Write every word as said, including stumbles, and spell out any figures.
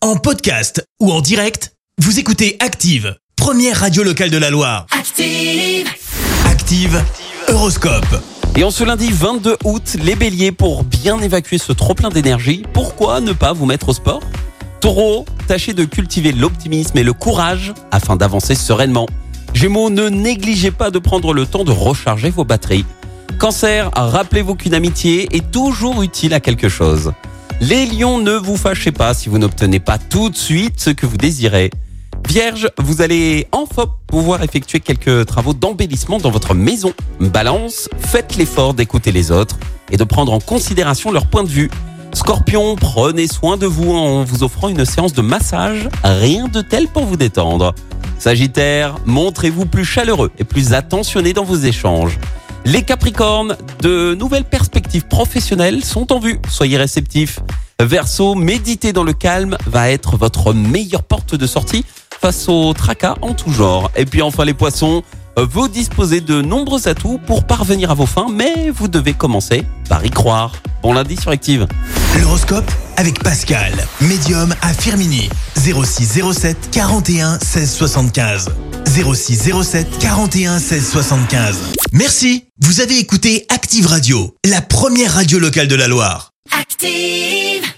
En podcast ou en direct, vous écoutez Active, première radio locale de la Loire. Active, Active Horoscope. Et en ce lundi vingt-deux août, les béliers, pour bien évacuer ce trop-plein d'énergie, pourquoi ne pas vous mettre au sport ? Taureau, tâchez de cultiver l'optimisme et le courage afin d'avancer sereinement. Gémeaux, ne négligez pas de prendre le temps de recharger vos batteries. Cancer, rappelez-vous qu'une amitié est toujours utile à quelque chose. Les lions, ne vous fâchez pas si vous n'obtenez pas tout de suite ce que vous désirez. Vierge, vous allez enfin pouvoir effectuer quelques travaux d'embellissement dans votre maison. Balance, faites l'effort d'écouter les autres et de prendre en considération leur point de vue. Scorpion, prenez soin de vous en vous offrant une séance de massage, rien de tel pour vous détendre. Sagittaire, montrez-vous plus chaleureux et plus attentionné dans vos échanges. Les Capricornes, de nouvelles perspectives professionnelles sont en vue, soyez réceptifs. Verseau, méditer dans le calme va être votre meilleure porte de sortie face au tracas en tout genre. Et puis enfin les Poissons, vous disposez de nombreux atouts pour parvenir à vos fins, mais vous devez commencer par y croire. Bon lundi sur Active. L'horoscope avec Pascal, médium à Firminy, zéro six zéro sept quarante et un seize soixante-quinze. zéro six zéro sept quarante et un seize soixante-quinze. Merci, vous avez écouté Active Radio, la première radio locale de la Loire. active.